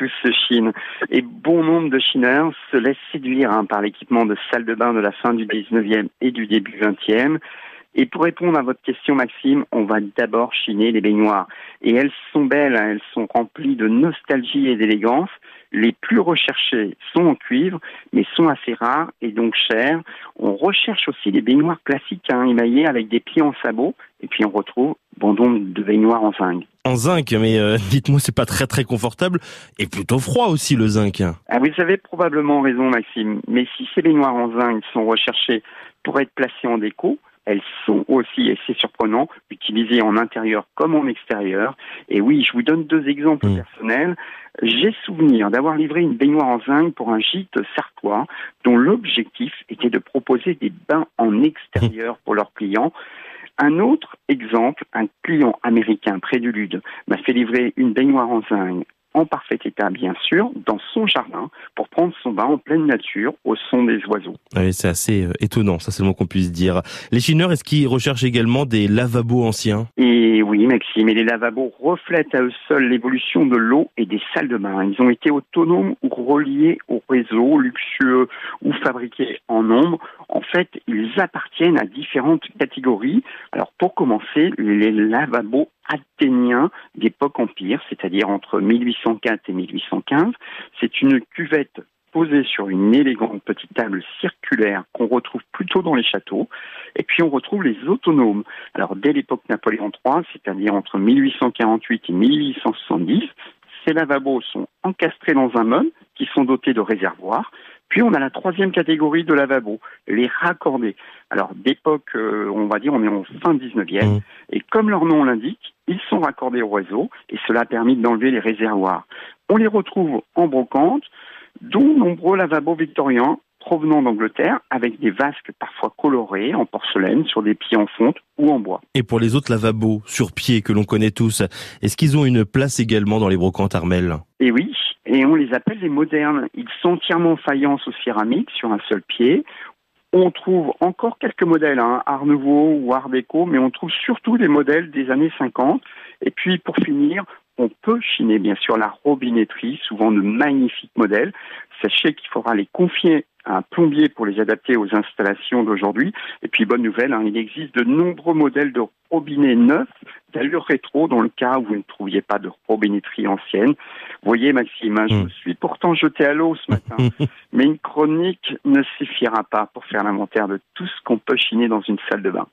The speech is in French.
tous se chinent. Et bon nombre de chineurs se laissent séduire par l'équipement de salle de bain de la fin du 19e et du début 20e. Et pour répondre à votre question, Maxime, on va d'abord chiner les baignoires. Et elles sont belles, elles sont remplies de nostalgie et d'élégance. Les plus recherchées sont en cuivre, mais sont assez rares et donc chères. On recherche aussi des baignoires classiques émaillées avec des pieds en sabot. Et puis on retrouve bon nombre de baignoires en zinc. En zinc, mais dites-moi, c'est pas très très confortable et plutôt froid aussi le zinc. Ah, vous avez probablement raison, Maxime. Mais si ces baignoires en zinc sont recherchées pour être placées en déco, elles sont aussi, et c'est surprenant, utilisées en intérieur comme en extérieur. Et oui, je vous donne 2 exemples personnels. J'ai souvenir d'avoir livré une baignoire en zinc pour un gîte sartois dont l'objectif était de proposer des bains en extérieur pour leurs clients. Un autre exemple, un client américain près du Lude m'a fait livrer une baignoire en zinc en parfait état, bien sûr, dans son jardin pour prendre son bain en pleine nature au son des oiseaux. Oui, c'est assez étonnant, ça c'est le mot qu'on puisse dire. Les chineurs, est-ce qu'ils recherchent également des lavabos anciens ? Et oui, Maxime, et les lavabos reflètent à eux seuls l'évolution de l'eau et des salles de bain. Ils ont été autonomes ou reliés au réseau, luxueux ou fabriqués en nombre. En fait, ils appartiennent à différentes catégories. Alors, pour commencer, les lavabos athéniens d'époque empire, c'est-à-dire entre 1804 et 1815. C'est une cuvette posée sur une élégante petite table circulaire qu'on retrouve plutôt dans les châteaux. Et puis on retrouve les autonomes. Alors dès l'époque Napoléon III, c'est-à-dire entre 1848 et 1870, ces lavabos sont encastrés dans un meuble qui sont dotés de réservoirs. Puis on a la 3e catégorie de lavabos, les raccordés. Alors d'époque, on va dire, on est en fin 19e. Et comme leur nom l'indique, ils sont raccordés au réseau et cela a permis d'enlever les réservoirs. On les retrouve en brocante, dont nombreux lavabos victoriens provenant d'Angleterre, avec des vasques parfois colorées en porcelaine sur des pieds en fonte ou en bois. Et pour les autres lavabos sur pied que l'on connaît tous, est-ce qu'ils ont une place également dans les brocantes Armel ? Et oui, et on les appelle les modernes. Ils sont entièrement en faïence ou céramique sur un seul pied. On trouve encore quelques modèles, Art Nouveau ou Art Déco, mais on trouve surtout des modèles des années 50. Et puis pour finir, on peut chiner bien sûr la robinetterie, souvent de magnifiques modèles. Sachez qu'il faudra les confier à un plombier pour les adapter aux installations d'aujourd'hui. Et puis bonne nouvelle, il existe de nombreux modèles de robinets neufs d'allure rétro dans le cas où vous ne trouviez pas de robinetterie ancienne. Vous voyez Maxime, je me suis pourtant jeté à l'eau ce matin, mais une chronique ne suffira pas pour faire l'inventaire de tout ce qu'on peut chiner dans une salle de bain.